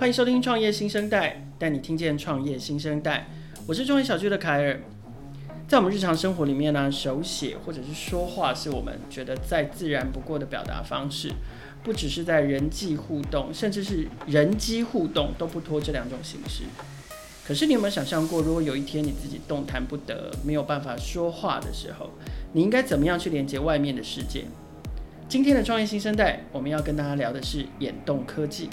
欢迎收听创业新生代，带你听见创业新生代。我是创业小聚的凯尔。在我们日常生活里面呢，手写或者是说话是我们觉得再自然不过的表达方式，不只是在人际互动，甚至是人机互动都不脱这两种形式。可是你有没有想象过，如果有一天你自己动弹不得，没有办法说话的时候，你应该怎么样去连接外面的世界？今天的创业新生代，我们要跟大家聊的是眼动科技。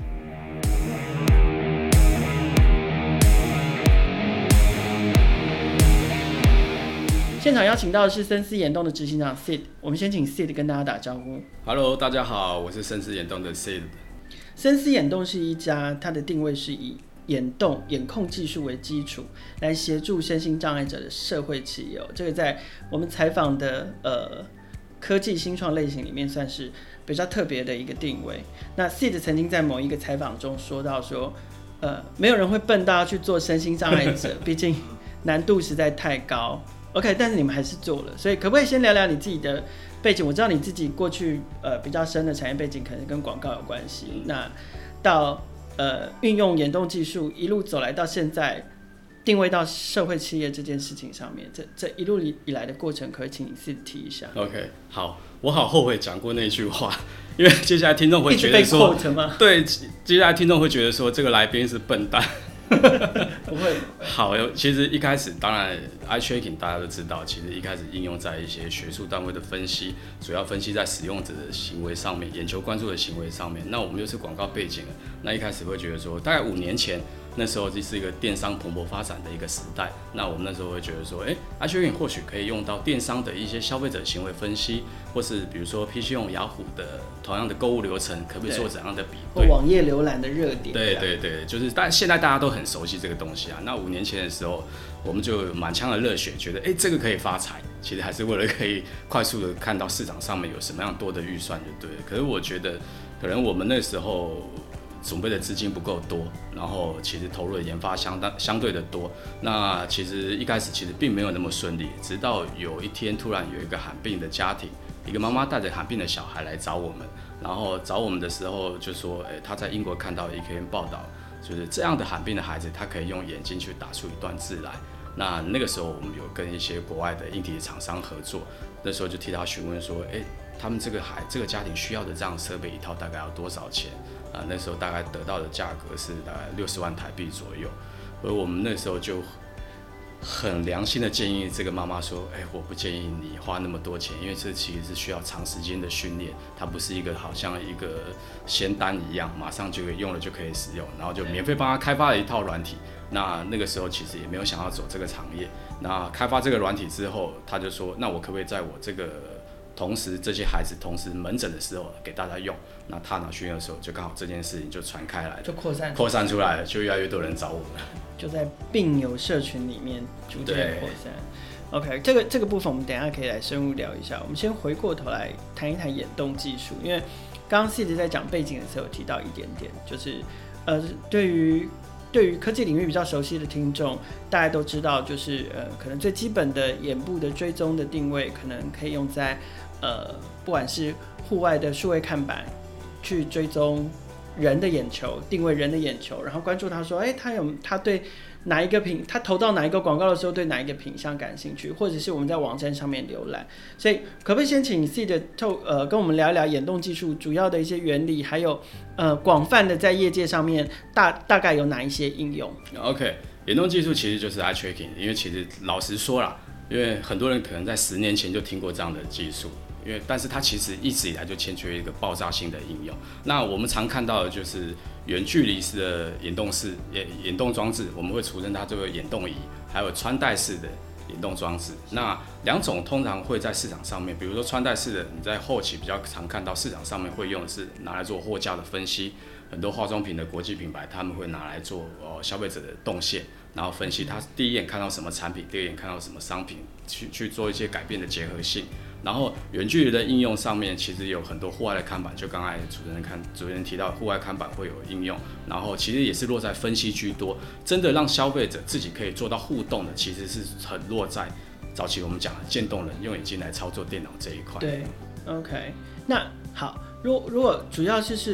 现场邀请到的是深思眼动的执行长 Sid， 我们先请 Sid 跟大家打招呼。 Hello， 大家好，我是深思眼动的 Sid。 深思眼动是一家，它的定位是以眼控技术为基础，来协助身心障碍者的社会企业。这个在我们采访的科技新创类型里面算是比较特别的一个定位。那 Sid 曾经在某一个采访中说到说，没有人会笨到要去做身心障碍者，毕竟难度实在太高。OK， 但是你们还是做了，所以可不可以先聊聊你自己的背景？我知道你自己过去比较深的产业背景可能跟广告有关系，那到运用眼动技术一路走来到现在，定位到社会企业这件事情上面，这一路以来的过程，可以请你自己提一下。 OK， 好，我好后悔讲过那句话，因为接下来听众会觉得说，对，接下来听众会觉得说这个来宾是笨蛋。 不会。 好，其实一开始当然 eye tracking 大家都知道，其实一开始应用在一些学术单位的分析，主要分析在使用者的行为上面，眼球关注的行为上面。那我们又是广告背景了，那一开始会觉得说，大概5年前那时候这是一个电商蓬勃发展的一个时代，那我们那时候会觉得说，eye tracking 或许可以用到电商的一些消费者行为分析，或是比如说 PC 用雅虎的同样的购物流程，可不可以做怎样的比对？ 或网页浏览的热点。 对，就是但现在大家都很熟悉这个东西啊。那5年前的时候，我们就有满腔的热血，觉得这个可以发财。其实还是为了可以快速的看到市场上面有什么样多的预算就对了。可是我觉得，可能我们那时候准备的资金不够多，然后其实投入的研发相对的多。那其实一开始其实并没有那么顺利，直到有一天突然有一个罕病的家庭，一个妈妈带着罕病的小孩来找我们，然后找我们的时候就说，她在英国看到一篇报道，就是这样的罕病的孩子，他可以用眼睛去打出一段字来。那个时候我们有跟一些国外的硬体厂商合作，那时候就替他询问说，他们这个家庭需要的这样的设备一套大概要多少钱？那时候大概得到的价格是大概60万台币左右，而我们那时候就很良心的建议这个妈妈说，我不建议你花那么多钱，因为这其实是需要长时间的训练，它不是一个好像一个仙丹一样，马上就用了就可以使用，然后就免费帮他开发了一套软体。那个时候其实也没有想要走这个行业。那开发这个软体之后，他就说，那我可不可以在我这个同时这些孩子同时门诊的时候给大家用？那他拿去用的时候，就刚好这件事情就传开来了， 就扩散出来了，就越来越多人找我们， 就在病友社群里面逐渐扩散。OK， 这个部分我们等一下可以来深入聊一下。我们先回过头来谈一谈眼动技术，因为刚刚 Sid 在讲背景的时候有提到一点点，就是对于科技领域比较熟悉的听众，大家都知道，就是可能最基本的眼部的追踪的定位，可能可以用在不管是户外的数位看板，去追踪人的眼球，定位人的眼球，然后关注他说，他对哪一个他投到哪一个广告的时候，对哪一个品项感兴趣，或者是我们在网站上面浏览。所以可不可以先请 Sid 跟我们聊一聊眼动技术主要的一些原理，还有广泛的在业界上面大概有哪一些应用 ？OK， 眼动技术其实就是 eye tracking， 因为其实老实说啦，因为很多人可能在10年前就听过这样的技术。但是它其实一直以来就欠缺一个爆炸性的应用。那我们常看到的就是远距离式的眼动装置，我们会俗称它这个眼动仪，还有穿戴式的眼动装置。那2种通常会在市场上面，比如说穿戴式的，你在后期比较常看到市场上面会用的是拿来做货架的分析，很多化妆品的国际品牌他们会拿来做消费者的动线，然后分析他第一眼看到什么产品，第二眼看到什么商品，去做一些改变的结合性。然后远距离的应用上面，其实有很多户外的看板，就刚才主持人提到户外看板会有应用，然后其实也是落在分析居多，真的让消费者自己可以做到互动的，其实是很落在早期我们讲的渐冻人用眼睛来操作电脑这一块。 对 ，OK， 那好，如果主要就是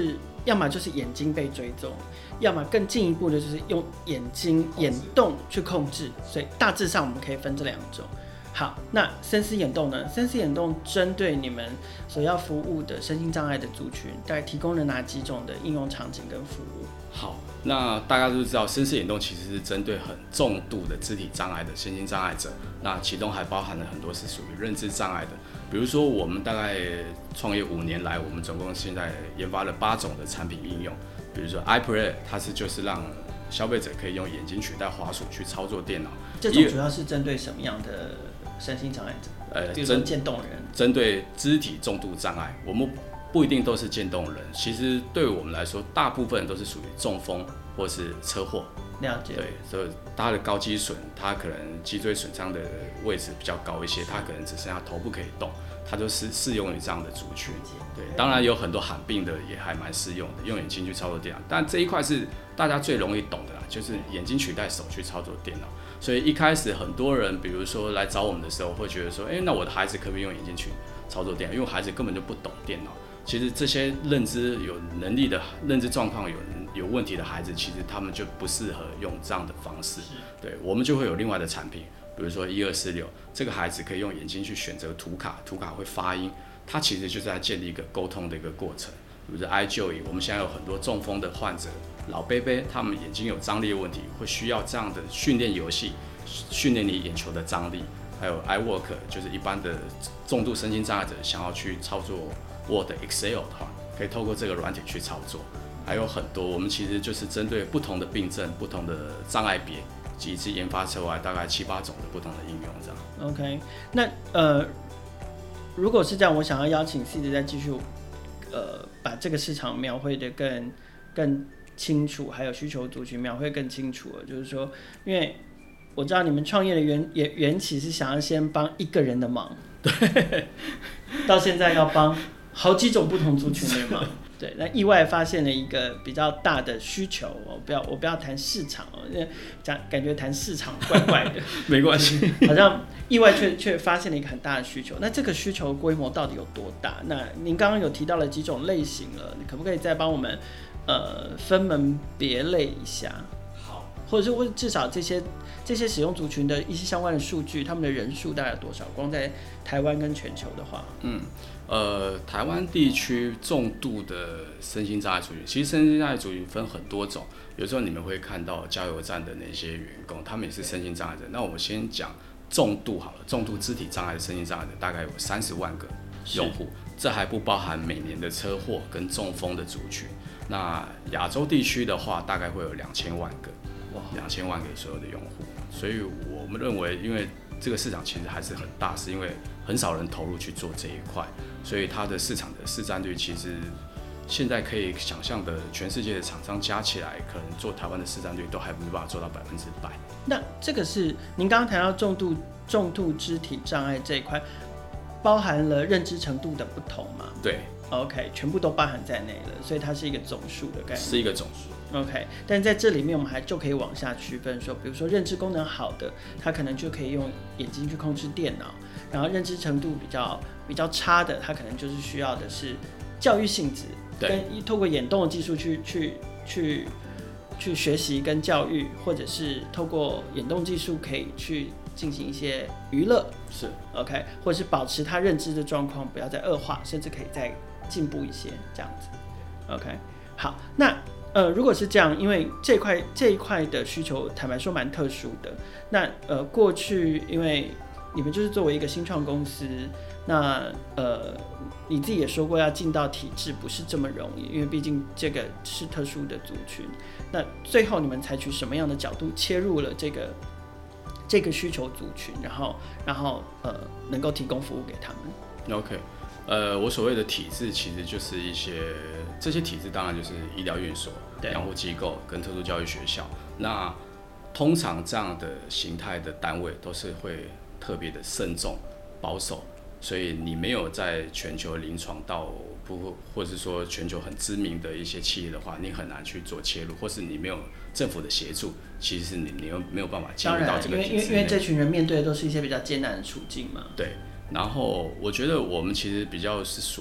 要么就是眼睛被追踪，要么更进一步的就是用眼睛眼动去控制，所以大致上我们可以分这2种。好，那深思眼动呢？深思眼动针对你们所要服务的身心障碍的族群，大概提供了哪几种的应用场景跟服务？ 好，那大家都知道，深思眼动其实是针对很重度的肢体障碍的身心障碍者，那其中还包含了很多是属于认知障碍的。比如说，我们大概创业5年来，我们总共现在研发了8种的产品应用。比如说 iPlay， 它就是让消费者可以用眼睛取代滑鼠去操作电脑。 这种主要是针对什么样的身心障碍者？比如说渐动人。 针对肢体重度障碍，我们不一定都是渐动人，其实对我们来说，大部分都是属于中风或是车祸。 了解。 对，所以他的高肌损，他可能脊椎损伤的位置比较高一些，他可能只剩下头部可以动，他就适用于这样的族群。对，当然有很多罕病的也还蛮适用的，用眼睛去操作电脑，但这一块是大家最容易懂的啦，就是眼睛取代手去操作电脑。所以一开始很多人，比如说来找我们的时候，会觉得说，那我的孩子可不可以用眼睛去操作电脑？因为孩子根本就不懂电脑。其实这些认知有能力的认知状况有问题的孩子，其实他们就不适合用这样的方式。对，我们就会有另外的产品，比如说1246，这个孩子可以用眼睛去选择图卡，图卡会发音，它其实就是在建立一个沟通的一个过程。比如说 iJoy， 我们现在有很多中风的患者，老伯伯他们眼睛有张力的问题，会需要这样的训练游戏，训练你眼球的张力。还有 iWork， 就是一般的重度身心障碍者想要去操作 Word、Excel 的话，可以透过这个软体去操作。还有很多，我们其实就是针对不同的病症、不同的障碍别，以及研发出来大概7、8种的不同的应用这样。 OK， 那如果是这样，我想要邀请 Sid 再继续把这个市场描绘的更清楚，还有需求族群描绘更清楚了。就是说，因为我知道你们创业的缘起是想要先帮一个人的忙，对，到现在要帮好几种不同族群的忙。对，那意外发现了一个比较大的需求，我不要谈市场哦，因为感觉谈市场怪怪的， 没关系， 好像意外却发现了一个很大的需求。那这个需求规模到底有多大？那您刚刚有提到了几种类型了，你可不可以再帮我们分门别类一下？ 好， 或者是至少这些使用族群的一些相关的数据，他们的人数大概有多少？光在台湾跟全球的话， 台湾地区重度的身心障碍族群，其实身心障碍族群分很多种。有时候你们会看到加油站的那些员工，他们也是身心障碍者。那我们先讲重度好了，重度肢体障碍的身心障碍者大概有30万个用户，这还不包含每年的车祸跟中风的族群。那亚洲地区的话，大概会有2000万个，2000万个所有的用户。所以我们认为，因为这个市场其实还是很大，是因为很少人投入去做这一块，所以它的市场的市占率其实现在可以想象的，全世界的厂商加起来，可能做台湾的市占率都还没办法做到100%。 那这个是您刚刚谈到重度肢体障碍这一块，包含了认知程度的不同吗？ 对。 OK， 全部都包含在内了，所以它是一个总数的概念。 是一个总数。 OK， 但在这里面我们就可以往下区分说，比如说认知功能好的，他可能就可以用眼睛去控制电脑，然后认知程度比较差的，他可能就是需要的是教育性质，跟透过眼动的技术去学习跟教育，或者是透过眼动技术可以去进行一些娱乐， 是 OK， 或者是保持他认知的状况不要再恶化，甚至可以再进步一些这样子 ，OK， 好，那如果是这样，因为这一块的需求，坦白说蛮特殊的。那过去因为你们就是作为一个新创公司，那你自己也说过要进到体制不是这么容易，因为毕竟这个是特殊的族群。那最后你们采取什么样的角度切入了这个需求族群，然后能够提供服务给他们 ？OK。我所谓的体制其实就是这些体制当然就是医疗院所、养护机构跟特殊教育学校。那通常这样的形态的单位都是会特别的慎重、保守，所以你没有在全球临床或者是说全球很知名的一些企业的话，你很难去做切入，或是你没有政府的协助，其实你又没有办法进入到这个体制内。 因为这群人面对的都是一些比较艰难的处境嘛。 对。然后我觉得我们其实比较是属于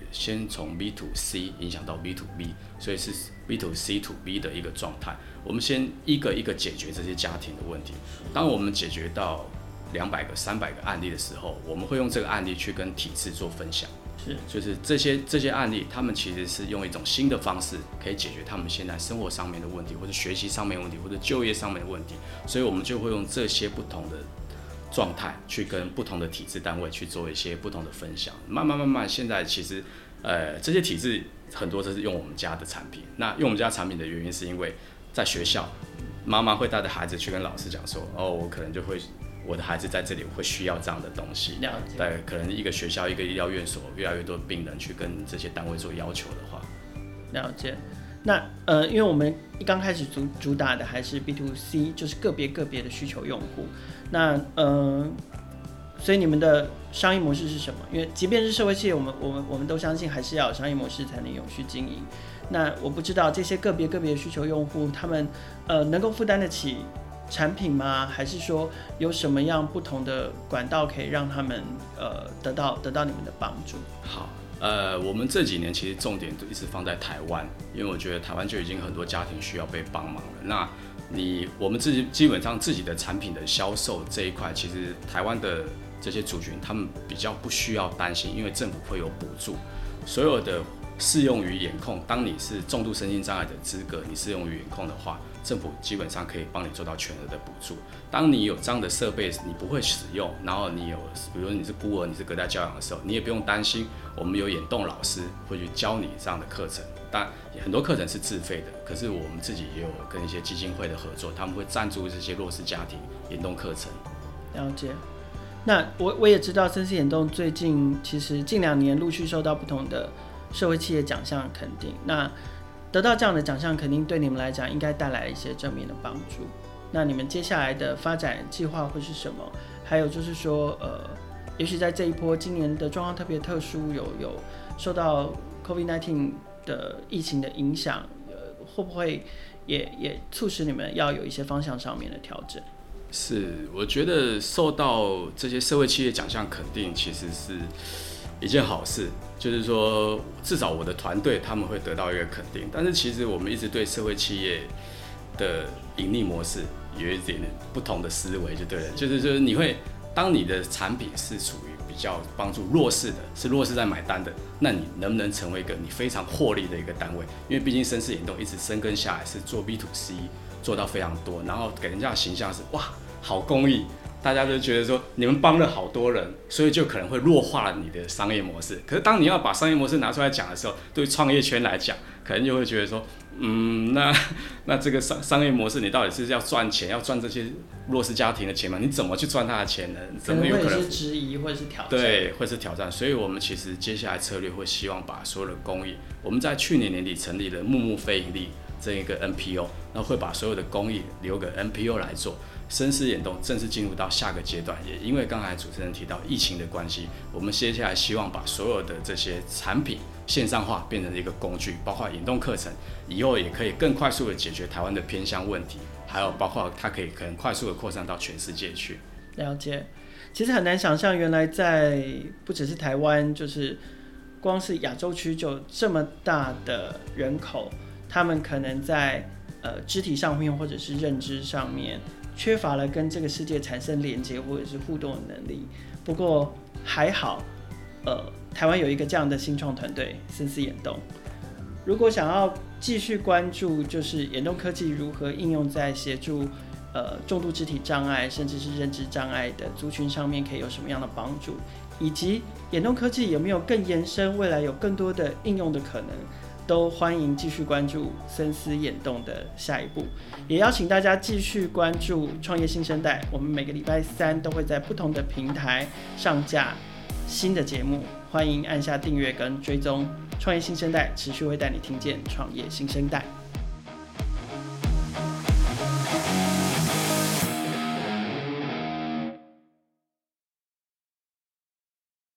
先从 B to C 影响到 B to B， 所以是 B to C to B 的一个状态。我们先一个一个解决这些家庭的问题。当我们解决到200个、300个案例的时候，我们会用这个案例去跟体制做分享。就是这些案例，他们其实是用一种新的方式，可以解决他们现在生活上面的问题，或者学习上面的问题，或者就业上面的问题。所以我们就会用这些不同的状态，去跟不同的体制单位去做一些不同的分享。慢慢，现在其实这些体制很多都是用我们家的产品。那用我们家产品的原因，是因为在学校，妈妈会带着孩子去跟老师讲说，我可能就会。我的孩子在这里会需要这样的东西，对，可能一个学校、一个医疗院所，越来越多病人去跟这些单位做要求的话， 了解。那因为我们一刚开始主打的还是 B to C， 就是个别的需求用户。那所以你们的商业模式是什么？因为即便是社会企业，我们都相信还是要有商业模式才能永续经营。那我不知道这些个别的需求用户，他们能够负担得起产品吗？还是说有什么样不同的管道可以让他们得到你们的帮助？ 好，我们这几年其实重点都一直放在台湾，因为我觉得台湾就已经很多家庭需要被帮忙了。那我们自己基本上自己的产品的销售这一块，其实台湾的这些族群他们比较不需要担心，因为政府会有补助，所有的适用于眼控。当你是重度身心障碍的资格，你适用于眼控的话，政府基本上可以帮你做到全额的补助。当你有这样的设备，你不会使用，然后你有，比如说你是孤儿，你是隔代教养的时候，你也不用担心，我们有眼动老师会去教你这样的课程。当然，很多课程是自费的，可是我们自己也有跟一些基金会的合作，他们会赞助这些弱势家庭眼动课程。 了解。那我也知道森思眼动最近其实近2年陆续受到不同的社会企业奖项肯定，那得到这样的奖项肯定对你们来讲应该带来一些正面的帮助。那你们接下来的发展计划会是什么？还有就是说也许在这一波今年的状况特别特殊，有受到 COVID-19 的疫情的影响，会不会也促使你们要有一些方向上面的调整？ 是，我觉得受到这些社会企业奖项肯定，其实是一件好事，就是说至少我的团队他们会得到一个肯定。但是其实我们一直对社会企业的盈利模式有一点不同的思维，就对了，就是你会当你的产品是属于比较帮助弱势的，是弱势在买单的，那你能不能成为一个你非常获利的一个单位？因为毕竟森思眼动一直深耕下来是做 B to C 做到非常多，然后给人家的形象是哇好公益。大家就觉得说你们帮了好多人，所以就可能会弱化了你的商业模式。可是当你要把商业模式拿出来讲的时候，对创业圈来讲，可能就会觉得说，那这个商业模式你到底是要赚钱，要赚这些弱势家庭的钱吗？你怎么去赚他的钱呢？怎么有可能？ 是质疑或者是挑战？ 对，会是挑战。所以我们其实接下来策略会希望把所有的公益，我们在去年年底成立了木木非营利这一个 NPO， 然后会把所有的公益留给 NPO 来做。森思眼动正式进入到下个阶段，也因为刚才主持人提到疫情的关系，我们接下来希望把所有的这些产品线上化，变成一个工具，包括眼动课程，以后也可以更快速的解决台湾的偏乡问题，还有包括它可以很快速的扩散到全世界去。 了解，其实很难想象，原来在不只是台湾，就是光是亚洲区就这么大的人口，他们可能在肢体上面或者是认知上面缺乏了跟这个世界产生连接或者是互动的能力。不过还好，台湾有一个这样的新创团队森思眼动。如果想要继续关注，就是眼动科技如何应用在协助重度肢体障碍甚至是认知障碍的族群上面，可以有什么样的帮助，以及眼动科技有没有更延伸，未来有更多的应用的可能，都欢迎继续关注森思眼动的下一步。也邀请大家继续关注创业新生代，我们每个礼拜3都会在不同的平台上架新的节目，欢迎按下订阅跟追踪。创业新生代持续会带你听见创业新生代。